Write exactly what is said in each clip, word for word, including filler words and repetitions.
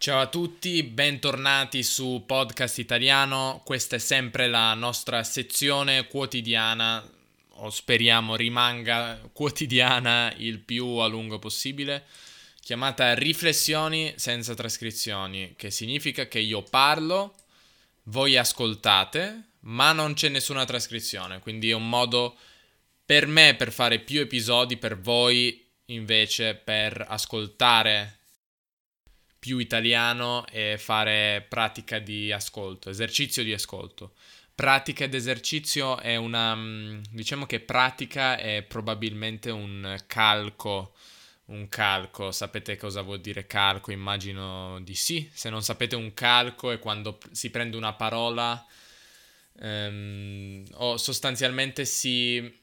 Ciao a tutti, bentornati su Podcast Italiano. Questa è sempre la nostra sezione quotidiana, o speriamo rimanga quotidiana il più a lungo possibile, chiamata Riflessioni senza trascrizioni, che significa che io parlo, voi ascoltate, ma non c'è nessuna trascrizione, quindi è un modo per me per fare più episodi, per voi invece per ascoltare più italiano e fare pratica di ascolto, esercizio di ascolto. Pratica ed esercizio è una, mm, diciamo che pratica è probabilmente un calco, un calco, sapete cosa vuol dire calco? Immagino di sì. Se non sapete, un calco è quando si prende una parola ehm, o sostanzialmente si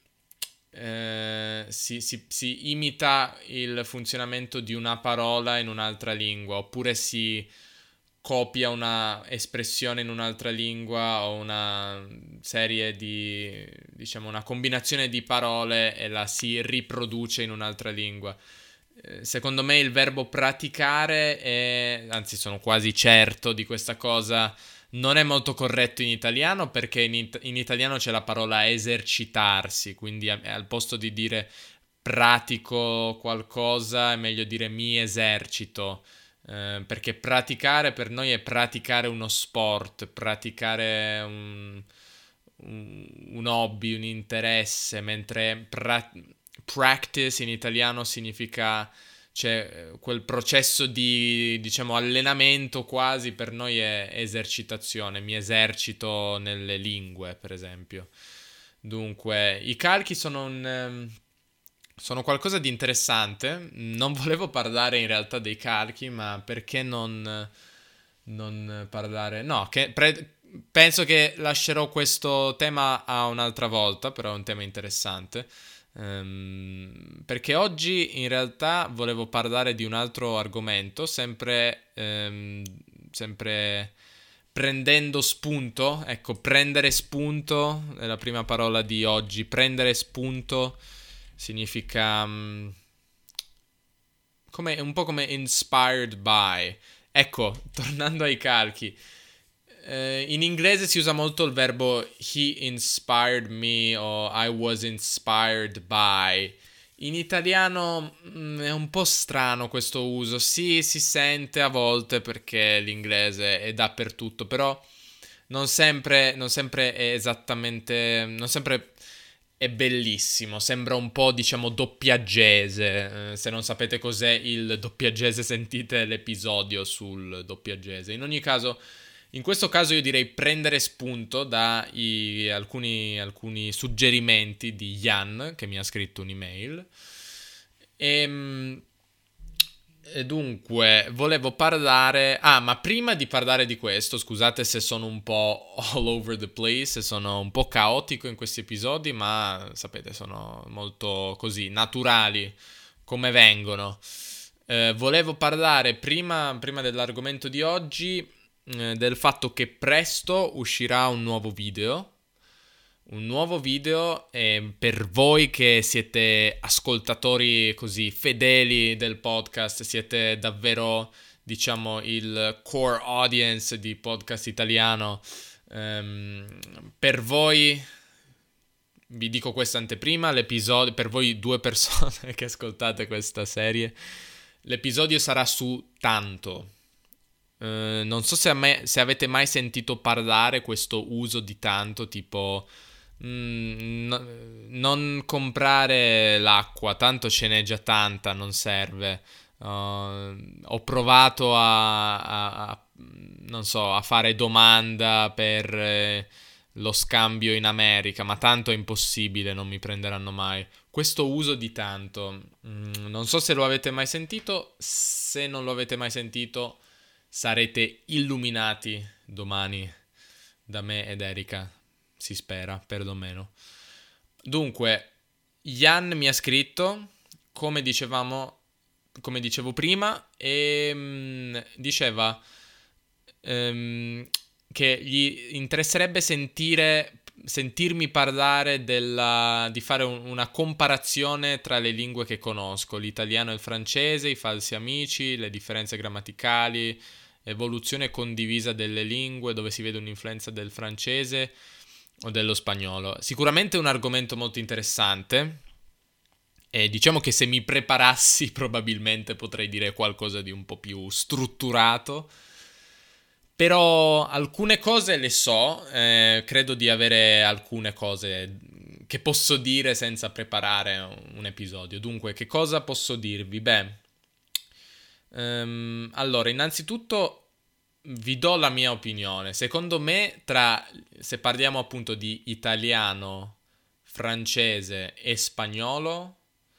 eh, si, si- si imita il funzionamento di una parola in un'altra lingua, oppure si copia una espressione in un'altra lingua o una serie di, diciamo, una combinazione di parole e la si riproduce in un'altra lingua. Eh, Secondo me il verbo praticare è, anzi sono quasi certo di questa cosa, non è molto corretto in italiano perché in, it- in italiano c'è la parola esercitarsi, quindi a- al posto di dire pratico qualcosa è meglio dire mi esercito, eh, perché praticare per noi è praticare uno sport, praticare un, un, un hobby, un interesse, mentre pra- practice in italiano significa cioè quel processo di, diciamo, allenamento quasi per noi è esercitazione, mi esercito nelle lingue, per esempio. Dunque, i calchi sono un, ehm, sono qualcosa di interessante. Non volevo parlare in realtà dei calchi, ma perché non, non parlare... No, che pre- penso che lascerò questo tema a un'altra volta, però è un tema interessante. Ehm, perché oggi in realtà volevo parlare di un altro argomento, sempre, ehm, sempre prendendo spunto. Ecco, prendere spunto è la prima parola di oggi. Prendere spunto significa mm, come, un po' come inspired by. Ecco, tornando ai calchi, eh, in inglese si usa molto il verbo he inspired me o I was inspired by. In italiano mm, è un po' strano questo uso. Sì, si sente a volte perché l'inglese è dappertutto, però non sempre, non sempre è esattamente, non sempre è bellissimo. Sembra un po', diciamo, doppiaggese. Eh, se non sapete cos'è il doppiaggese, sentite l'episodio sul doppiaggese. In ogni caso, in questo caso io direi prendere spunto da i- alcuni, alcuni suggerimenti di Jan, che mi ha scritto un'email. E, e dunque, volevo parlare... Ah, ma prima di parlare di questo, scusate se sono un po' all over the place, se sono un po' caotico in questi episodi, ma sapete, sono molto così, naturali, come vengono. Eh, volevo parlare prima, prima dell'argomento di oggi eh, del fatto che presto uscirà un nuovo video. Un nuovo video e per voi che siete ascoltatori così fedeli del podcast, siete davvero, diciamo, il core audience di Podcast Italiano. Ehm, per voi vi dico questa anteprima, l'episodio, per voi due persone che ascoltate questa serie, l'episodio sarà su tanto. Eh, non so se, a me, se avete mai sentito parlare questo uso di tanto, tipo mm, no- non comprare l'acqua, tanto ce n'è già tanta, non serve. Uh, ho provato a, a- a- non so, a fare domanda per eh, lo scambio in America, ma tanto è impossibile, non mi prenderanno mai. Questo uso di tanto, mm, non so se lo avete mai sentito, se non lo avete mai sentito sarete illuminati domani da me ed Erika, si spera, perlomeno. Dunque, Jan mi ha scritto, come dicevamo, come dicevo prima, e mm, diceva ehm, che gli interesserebbe sentire, sentirmi parlare della, di fare un- una comparazione tra le lingue che conosco, l'italiano e il francese, i falsi amici, le differenze grammaticali, evoluzione condivisa delle lingue, dove si vede un'influenza del francese o dello spagnolo. Sicuramente è un argomento molto interessante e diciamo che se mi preparassi probabilmente potrei dire qualcosa di un po' più strutturato, però alcune cose le so, eh, credo di avere alcune cose che posso dire senza preparare un episodio. Dunque, che cosa posso dirvi? Beh, ehm, allora, innanzitutto vi do la mia opinione. Secondo me, tra, se parliamo appunto di italiano, francese e spagnolo,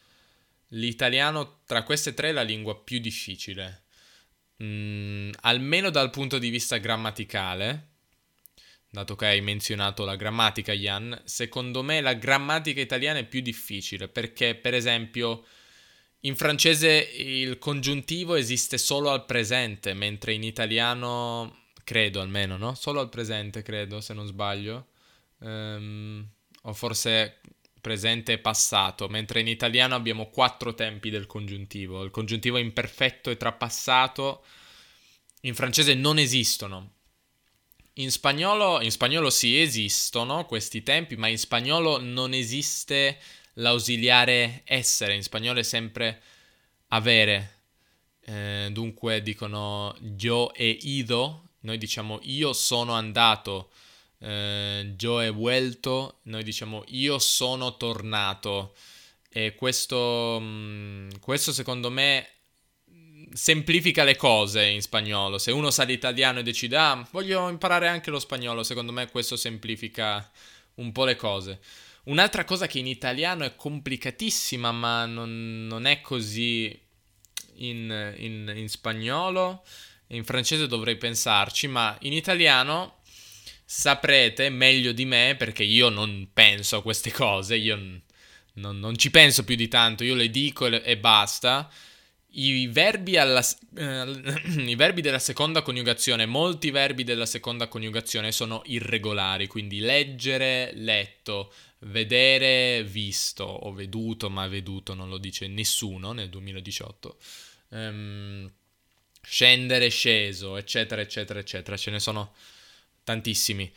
l'italiano tra queste tre è la lingua più difficile. Mm, almeno dal punto di vista grammaticale, dato che hai menzionato la grammatica, Ian, secondo me la grammatica italiana è più difficile perché, per esempio, in francese il congiuntivo esiste solo al presente, mentre in italiano, credo almeno, no? Solo al presente, credo, se non sbaglio. Ehm, o forse presente e passato, mentre in italiano abbiamo quattro tempi del congiuntivo. Il congiuntivo imperfetto e trapassato in francese non esistono. In spagnolo, in spagnolo sì esistono questi tempi, ma in spagnolo non esiste l'ausiliare essere, in spagnolo è sempre avere. Eh, dunque dicono yo he ido, noi diciamo io sono andato, eh, yo he vuelto, noi diciamo io sono tornato. E questo, mh, questo secondo me semplifica le cose in spagnolo. Se uno sa l'italiano e decide, ah, voglio imparare anche lo spagnolo, secondo me questo semplifica un po' le cose. Un'altra cosa che in italiano è complicatissima, ma non, non è così in, in, in spagnolo. In francese dovrei pensarci, ma in italiano saprete meglio di me, perché io non penso a queste cose, io n- non, non ci penso più di tanto, io le dico e, e basta. I verbi, alla, eh, I verbi della seconda coniugazione, molti verbi della seconda coniugazione sono irregolari, quindi leggere, letto, vedere, visto, o veduto, ma veduto non lo dice nessuno nel duemiladiciotto. Ehm, scendere, sceso, eccetera, eccetera, eccetera. Ce ne sono tantissimi.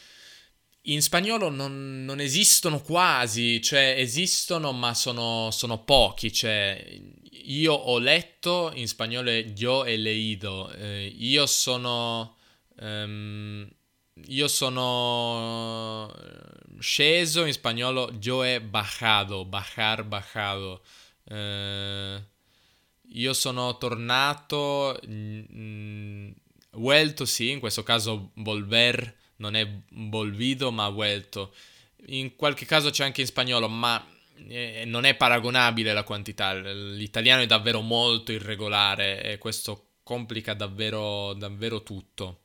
In spagnolo non, non esistono quasi, cioè esistono ma sono, sono pochi, cioè io ho letto, in spagnolo è yo he leído, eh, io sono, ehm, io sono sceso, in spagnolo yo he bajado, bajar, bajado, eh, io sono tornato, mm, vuelto sì, in questo caso volver non è volvido ma vuelto. In qualche caso c'è anche in spagnolo, ma eh, non è paragonabile la quantità. L'italiano è davvero molto irregolare e questo complica davvero, davvero tutto.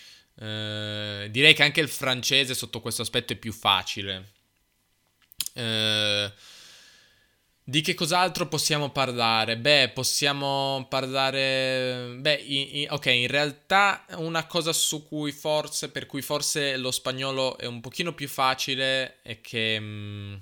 Eh, direi che anche il francese sotto questo aspetto è più facile. Eh, di che cos'altro possiamo parlare? Beh, possiamo parlare... Beh, i- i- ok, in realtà una cosa su cui forse, per cui forse lo spagnolo è un pochino più facile è che... mm,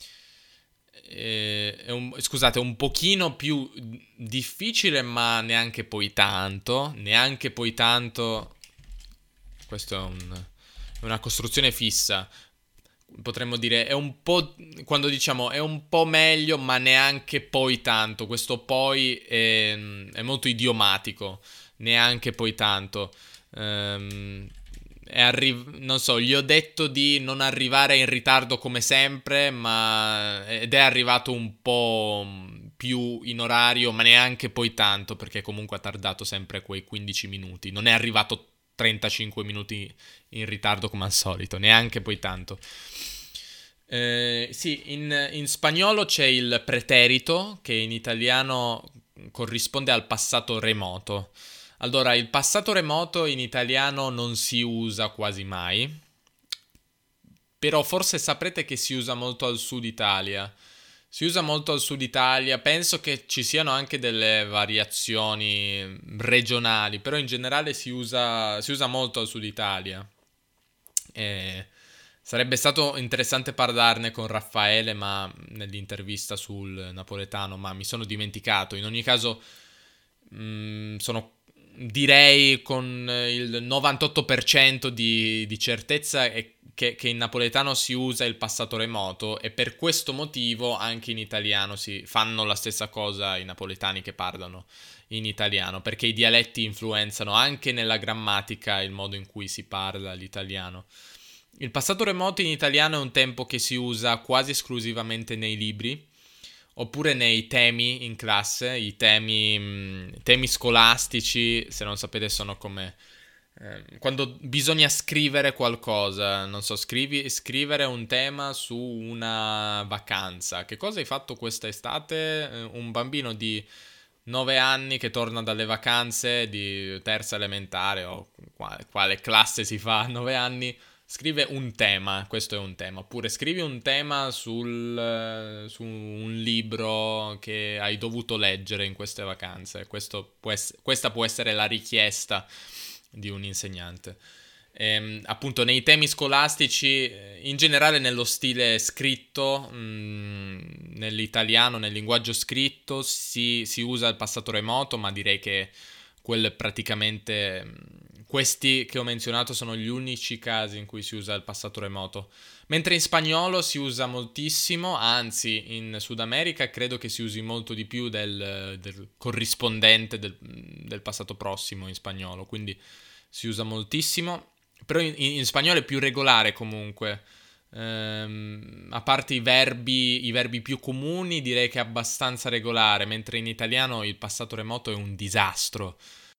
eh, è un, scusate, è un pochino più difficile, ma neanche poi tanto. Neanche poi tanto. Questo è un- è una costruzione fissa. Potremmo dire è un po', quando diciamo è un po' meglio, ma neanche poi tanto. Questo poi è, è molto idiomatico, neanche poi tanto. Ehm, è arri- non so, gli ho detto di non arrivare in ritardo come sempre, ma ed è arrivato un po' più in orario, ma neanche poi tanto, perché comunque ha tardato sempre quei quindici minuti. Non è arrivato trentacinque minuti in ritardo come al solito, neanche poi tanto. Eh, sì, in, in spagnolo c'è il preterito che in italiano corrisponde al passato remoto. Allora, il passato remoto in italiano non si usa quasi mai, però forse saprete che si usa molto al sud Italia. Si usa molto al sud Italia, penso che ci siano anche delle variazioni regionali, però in generale si usa, si usa molto al sud Italia. E sarebbe stato interessante parlarne con Raffaele, ma nell'intervista sul napoletano, ma mi sono dimenticato. In ogni caso, mh, sono direi con il novantotto per cento di, di certezza è che, che in napoletano si usa il passato remoto, e per questo motivo anche in italiano si fanno la stessa cosa i napoletani che parlano in italiano, perché i dialetti influenzano anche nella grammatica il modo in cui si parla l'italiano. Il passato remoto in italiano è un tempo che si usa quasi esclusivamente nei libri, oppure nei temi in classe. I temi, mh, temi scolastici, se non sapete, sono come eh, quando bisogna scrivere qualcosa, non so, scrivi, scrivere un tema su una vacanza. Che cosa hai fatto questa estate? Eh, un bambino di nove anni che torna dalle vacanze di terza elementare o quale, quale classe si fa a nove anni, scrive un tema, questo è un tema. Oppure scrivi un tema sul, eh, su un libro che hai dovuto leggere in queste vacanze. Questo può ess- questa può essere la richiesta di un insegnante. Ehm, appunto nei temi scolastici, eh, in generale nello stile scritto, mh, nell'italiano, nel linguaggio scritto si, si usa il passato remoto, ma direi che quel praticamente mh, questi che ho menzionato sono gli unici casi in cui si usa il passato remoto. Mentre in spagnolo si usa moltissimo, anzi in Sud America credo che si usi molto di più del, del corrispondente del, del passato prossimo in spagnolo, quindi si usa moltissimo. Però in, in spagnolo è più regolare comunque. Ehm, a parte i verbi, i verbi più comuni, direi che è abbastanza regolare, mentre in italiano il passato remoto è un disastro.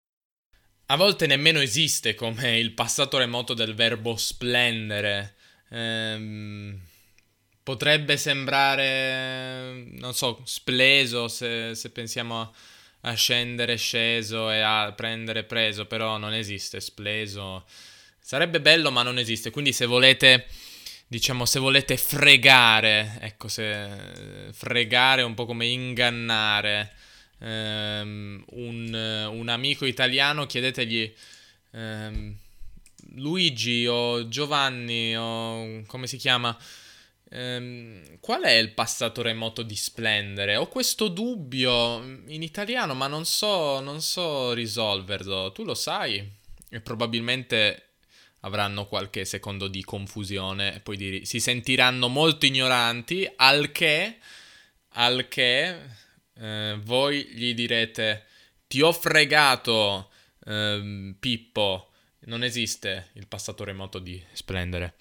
A volte nemmeno esiste come il passato remoto del verbo splendere. Ehm, potrebbe sembrare, non so, spleso se, se pensiamo a, a scendere, sceso e a prendere, preso, però non esiste spleso. Sarebbe bello, ma non esiste. Quindi se volete, diciamo, se volete fregare, ecco, se fregare è un po' come ingannare ehm, un, un amico italiano, chiedetegli ehm, Luigi o Giovanni o come si chiama? Ehm, qual è il passato remoto di splendere? Ho questo dubbio in italiano, ma non so, non so risolverlo. Tu lo sai? E probabilmente avranno qualche secondo di confusione e poi di- si sentiranno molto ignoranti, al che, al che eh, voi gli direte ti ho fregato, ehm, Pippo. Non esiste il passato remoto di splendere.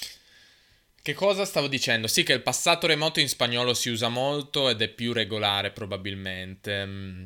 Che cosa stavo dicendo? Sì, che il passato remoto in spagnolo si usa molto ed è più regolare probabilmente. Mm.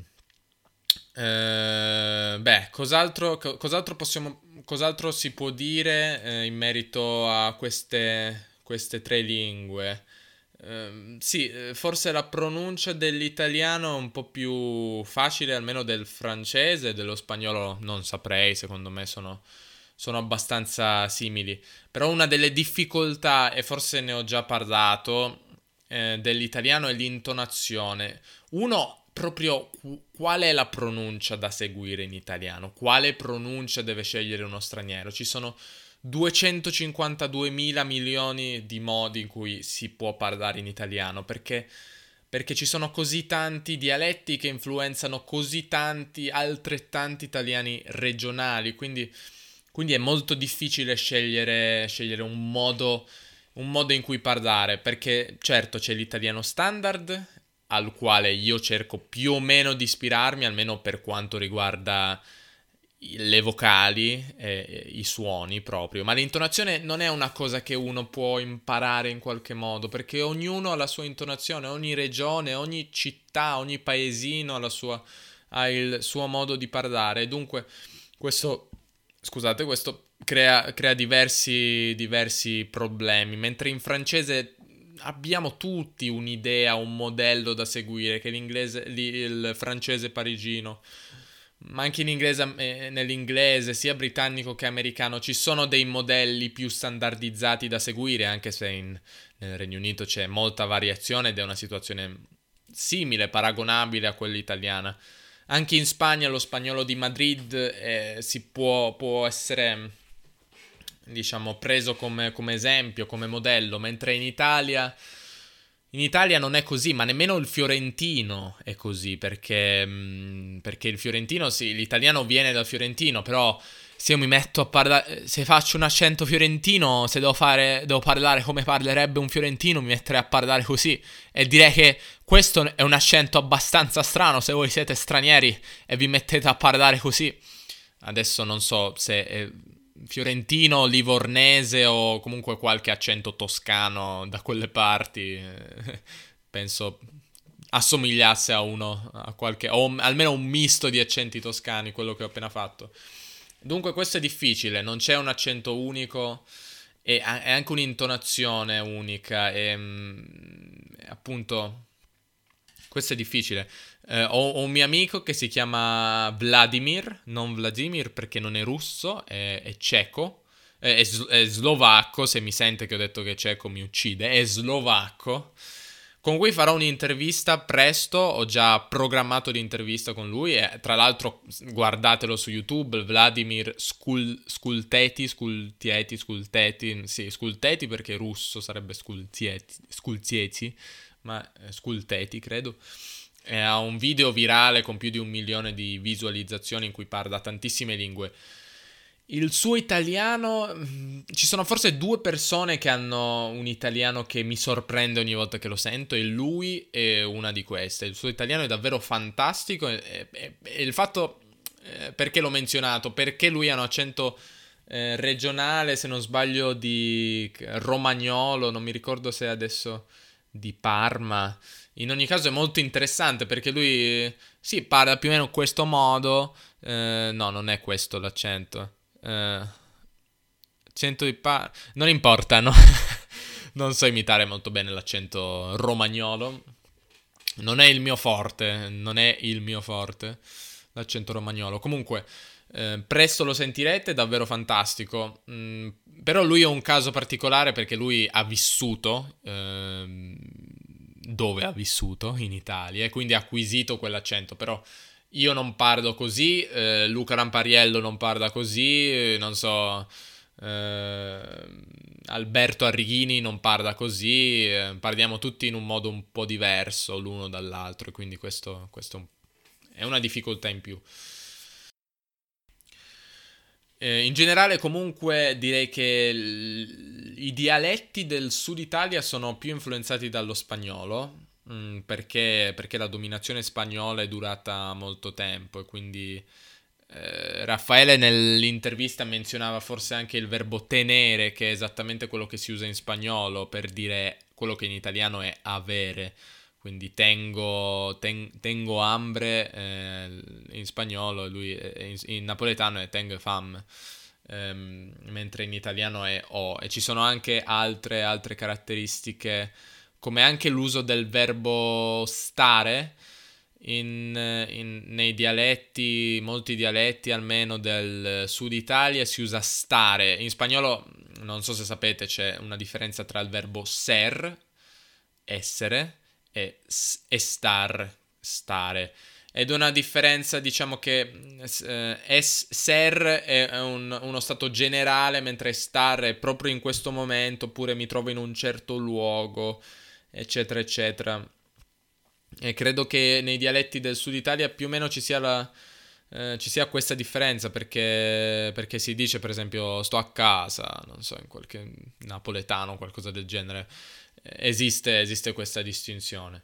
Eh, beh, cos'altro, co- cos'altro possiamo, cos'altro si può dire eh, in merito a queste, queste tre lingue? Ehm, sì, eh, forse la pronuncia dell'italiano è un po' più facile, almeno del francese, dello spagnolo non saprei, secondo me sono, sono abbastanza simili. Però una delle difficoltà, e forse ne ho già parlato, eh, dell'italiano è l'intonazione. Uno, proprio qu- qual è la pronuncia da seguire in italiano? Quale pronuncia deve scegliere uno straniero? Ci sono duecentocinquantadue mila milioni di modi in cui si può parlare in italiano, perché, perché ci sono così tanti dialetti che influenzano così tanti altrettanti italiani regionali, quindi, quindi è molto difficile scegliere, scegliere un modo, un modo in cui parlare, perché certo c'è l'italiano standard, al quale io cerco più o meno di ispirarmi, almeno per quanto riguarda le vocali, e i suoni proprio, ma l'intonazione non è una cosa che uno può imparare in qualche modo, perché ognuno ha la sua intonazione, ogni regione, ogni città, ogni paesino ha la sua, ha il suo modo di parlare, e dunque questo, scusate, questo crea, crea diversi, diversi problemi, mentre in francese abbiamo tutti un'idea, un modello da seguire, che l'inglese, il francese parigino, ma anche in inglese, eh, nell'inglese, sia britannico che americano, ci sono dei modelli più standardizzati da seguire, anche se in, nel Regno Unito c'è molta variazione ed è una situazione simile, paragonabile a quella italiana. Anche in Spagna lo spagnolo di Madrid eh, si può, può essere, diciamo, preso come, come esempio, come modello, mentre in Italia in Italia non è così, ma nemmeno il fiorentino è così, perché, mh, perché il fiorentino, sì, l'italiano viene dal fiorentino, però se io mi metto a parlare, se faccio un accento fiorentino, se devo fare, devo parlare come parlerebbe un fiorentino, mi metterei a parlare così. E direi che questo è un accento abbastanza strano, se voi siete stranieri e vi mettete a parlare così. Adesso non so se è fiorentino, livornese o comunque qualche accento toscano da quelle parti. eh, Penso assomigliasse a uno, a qualche, o almeno un misto di accenti toscani, quello che ho appena fatto. Dunque questo è difficile, non c'è un accento unico e ha- è anche un'intonazione unica e mm, appunto questo è difficile. Eh, ho, ho un mio amico che si chiama Vladimir, non Vladimir perché non è russo, è, è ceco, è, è slo- è slovacco, se mi sente che ho detto che è ceco mi uccide, è slovacco. Con cui farò un'intervista presto, ho già programmato l'intervista con lui e tra l'altro guardatelo su YouTube, Vladimir Skul, Skulteti, Skultieti, Skulteti, sì, Skulteti perché è russo sarebbe Skultieti, Skultieti, ma eh, Skulteti credo. E ha un video virale con più di un milione di visualizzazioni in cui parla tantissime lingue. Il suo italiano, mm, ci sono forse due persone che hanno un italiano che mi sorprende ogni volta che lo sento e lui è una di queste. Il suo italiano è davvero fantastico e, e- e il fatto, eh, perché l'ho menzionato? Perché lui ha un accento eh, regionale, se non sbaglio, di romagnolo, non mi ricordo se adesso di Parma. In ogni caso è molto interessante perché lui, eh, sì, parla più o meno in questo modo. Eh, no, non è questo l'accento. Eh, accento di Parma. Non importa, no? Non so imitare molto bene l'accento romagnolo. Non è il mio forte, non è il mio forte l'accento romagnolo. Comunque, eh, presto lo sentirete, è davvero fantastico. Mm, però lui è un caso particolare perché lui ha vissuto ehm, dove ha vissuto in Italia e quindi ha acquisito quell'accento. Però io non parlo così, eh, Luca Rampariello non parla così, eh, non so, eh, Alberto Arrighini non parla così, eh, parliamo tutti in un modo un po' diverso l'uno dall'altro e quindi questo, questo è una difficoltà in più. Eh, in generale, comunque, direi che l- i dialetti del sud Italia sono più influenzati dallo spagnolo, mm, perché, perché la dominazione spagnola è durata molto tempo e quindi eh, Raffaele nell'intervista menzionava forse anche il verbo tenere, che è esattamente quello che si usa in spagnolo per dire quello che in italiano è avere. Quindi tengo, ten- tengo hambre eh, in spagnolo, lui eh, in, in napoletano è tengo fame, ehm, mentre in italiano è ho. E ci sono anche altre, altre caratteristiche, come anche l'uso del verbo stare in, in- nei dialetti, molti dialetti almeno del sud Italia si usa stare. In spagnolo, non so se sapete, c'è una differenza tra il verbo ser, essere, e s- estar, stare. Ed una differenza, diciamo che eh, es- ser è un- uno stato generale, mentre star è proprio in questo momento, oppure mi trovo in un certo luogo, eccetera, eccetera. E credo che nei dialetti del sud Italia più o meno ci sia la, eh, ci sia questa differenza perché, perché si dice per esempio sto a casa, non so, in qualche napoletano o qualcosa del genere, eh, esiste, esiste questa distinzione.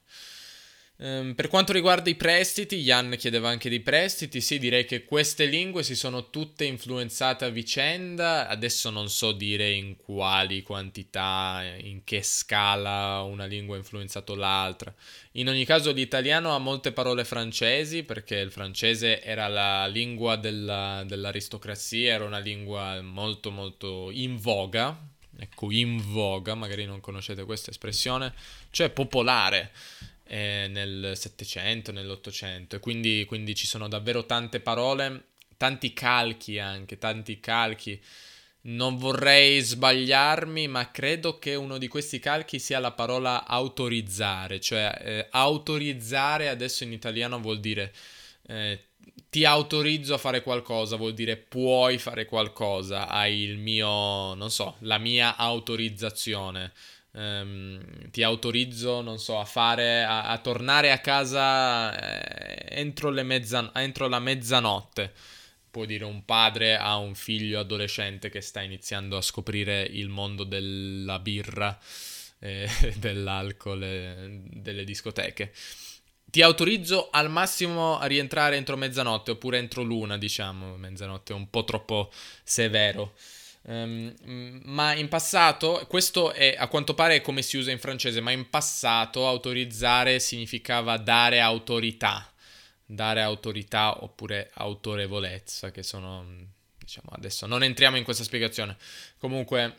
Ehm, per quanto riguarda i prestiti, Jan chiedeva anche dei prestiti, sì, direi che queste lingue si sono tutte influenzate a vicenda, adesso non so dire in quali quantità, in che scala una lingua ha influenzato l'altra. In ogni caso l'italiano ha molte parole francesi perché il francese era la lingua della- dell'aristocrazia, era una lingua molto molto in voga, ecco in voga, magari non conoscete questa espressione, cioè popolare eh, nel settecento, nell'ottocento e quindi, quindi ci sono davvero tante parole, tanti calchi anche, tanti calchi. Non vorrei sbagliarmi, ma credo che uno di questi calchi sia la parola autorizzare, cioè eh, autorizzare adesso in italiano vuol dire eh, ti autorizzo a fare qualcosa, vuol dire puoi fare qualcosa, hai il mio, non so, la mia autorizzazione. ehm, ti autorizzo, non so, a fare, a, a tornare a casa eh, entro le mezza, entro la mezzanotte. Può dire un padre a un figlio adolescente che sta iniziando a scoprire il mondo della birra, eh, dell'alcol, eh, delle discoteche. Ti autorizzo al massimo a rientrare entro mezzanotte, oppure entro l'una, diciamo. Mezzanotte è un po' troppo severo. Um, ma in passato, questo è a quanto pare come si usa in francese, ma in passato autorizzare significava dare autorità. Dare autorità oppure autorevolezza, che sono, diciamo, adesso non entriamo in questa spiegazione. Comunque,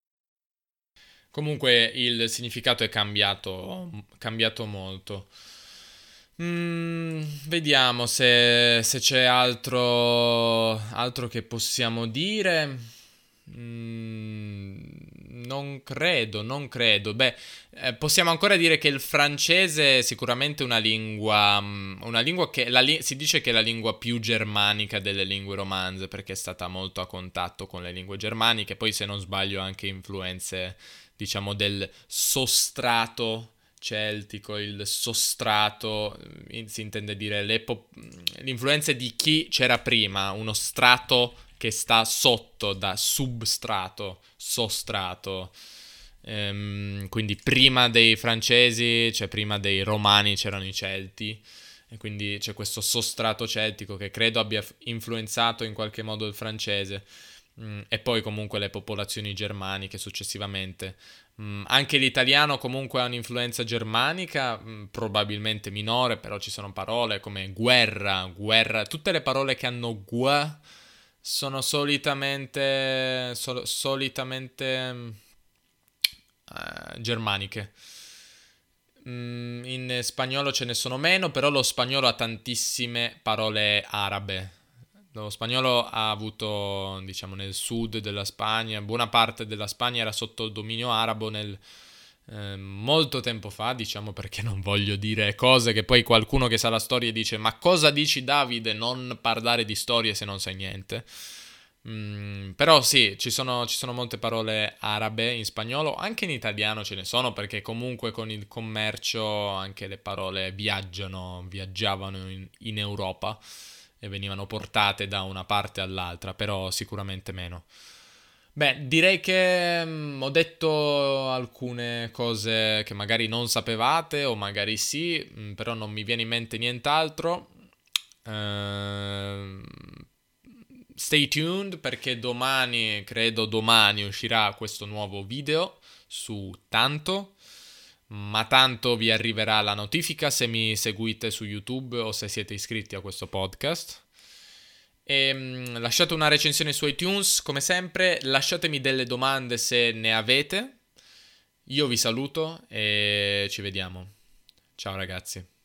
comunque il significato è cambiato, cambiato molto. Mm, vediamo se, se c'è altro, altro che possiamo dire. Mm, non credo, non credo. Beh, eh, possiamo ancora dire che il francese è sicuramente una lingua, mm, una lingua che la li- si dice che è la lingua più germanica delle lingue romanze perché è stata molto a contatto con le lingue germaniche. Poi, se non sbaglio, anche influenze, diciamo, del sostrato celtico, il sostrato, eh, si intende dire le po- l'influenza di chi c'era prima, uno strato che sta sotto, da substrato, sostrato. Ehm, quindi prima dei francesi, cioè prima dei romani c'erano i celti, e quindi c'è questo sostrato celtico che credo abbia influenzato in qualche modo il francese. Mm, e poi comunque le popolazioni germaniche successivamente. Mm, anche l'italiano comunque ha un'influenza germanica, mm, probabilmente minore, però ci sono parole come guerra, guerra, tutte le parole che hanno gue sono solitamente, sol- solitamente mm, eh, germaniche. Mm, in spagnolo ce ne sono meno, però lo spagnolo ha tantissime parole arabe. Lo spagnolo ha avuto, diciamo, nel sud della Spagna, buona parte della Spagna era sotto il dominio arabo nel, eh, molto tempo fa, diciamo, perché non voglio dire cose che poi qualcuno che sa la storia dice: ma cosa dici, Davide? Non parlare di storie se non sai niente. Mm, però sì, ci sono, ci sono molte parole arabe in spagnolo, anche in italiano ce ne sono, perché comunque con il commercio anche le parole viaggiano, viaggiavano in, in Europa e venivano portate da una parte all'altra, però sicuramente meno. Beh, direi che mm, ho detto alcune cose che magari non sapevate o magari sì, mm, però non mi viene in mente nient'altro. Ehm, Stay tuned perché domani, credo domani, uscirà questo nuovo video su Tanto. Ma tanto vi arriverà la notifica se mi seguite su YouTube o se siete iscritti a questo podcast. E, mm, lasciate una recensione su iTunes, come sempre. Lasciatemi delle domande se ne avete. Io vi saluto e ci vediamo. Ciao ragazzi.